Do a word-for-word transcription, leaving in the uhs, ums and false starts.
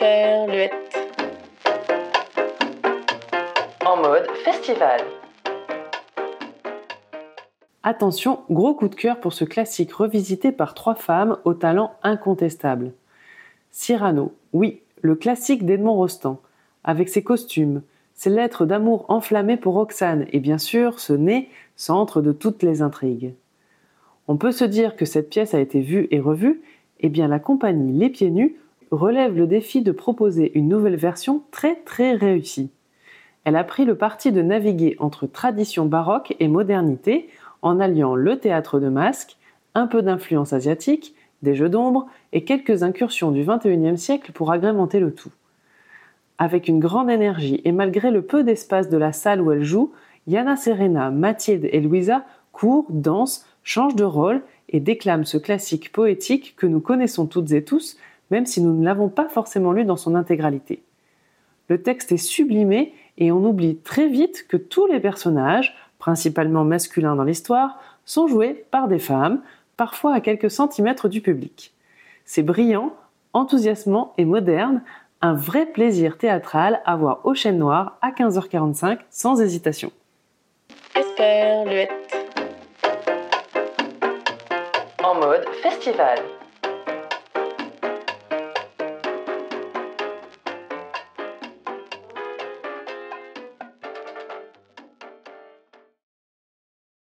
Esperluette. En mode festival. Attention, gros coup de cœur pour ce classique revisité par trois femmes au talent incontestable. Cyrano, oui, le classique d'Edmond Rostand, avec ses costumes, ses lettres d'amour enflammées pour Roxane et bien sûr ce nez, centre de toutes les intrigues. On peut se dire que cette pièce a été vue et revue, et bien la compagnie Les Pieds Nus relève le défi de proposer une nouvelle version très très réussie. Elle a pris le parti de naviguer entre tradition baroque et modernité en alliant le théâtre de masques, un peu d'influence asiatique, des jeux d'ombre et quelques incursions du vingt et unième siècle pour agrémenter le tout. Avec une grande énergie et malgré le peu d'espace de la salle où elle joue, Yana Serena, Mathilde et Louisa courent, dansent, changent de rôle et déclament ce classique poétique que nous connaissons toutes et tous, même si nous ne l'avons pas forcément lu dans son intégralité. Le texte est sublimé et on oublie très vite que tous les personnages, principalement masculins dans l'histoire, sont joués par des femmes, parfois à quelques centimètres du public. C'est brillant, enthousiasmant et moderne, un vrai plaisir théâtral à voir au Chêne Noir à quinze heures quarante-cinq sans hésitation. Esperluette. En mode festival.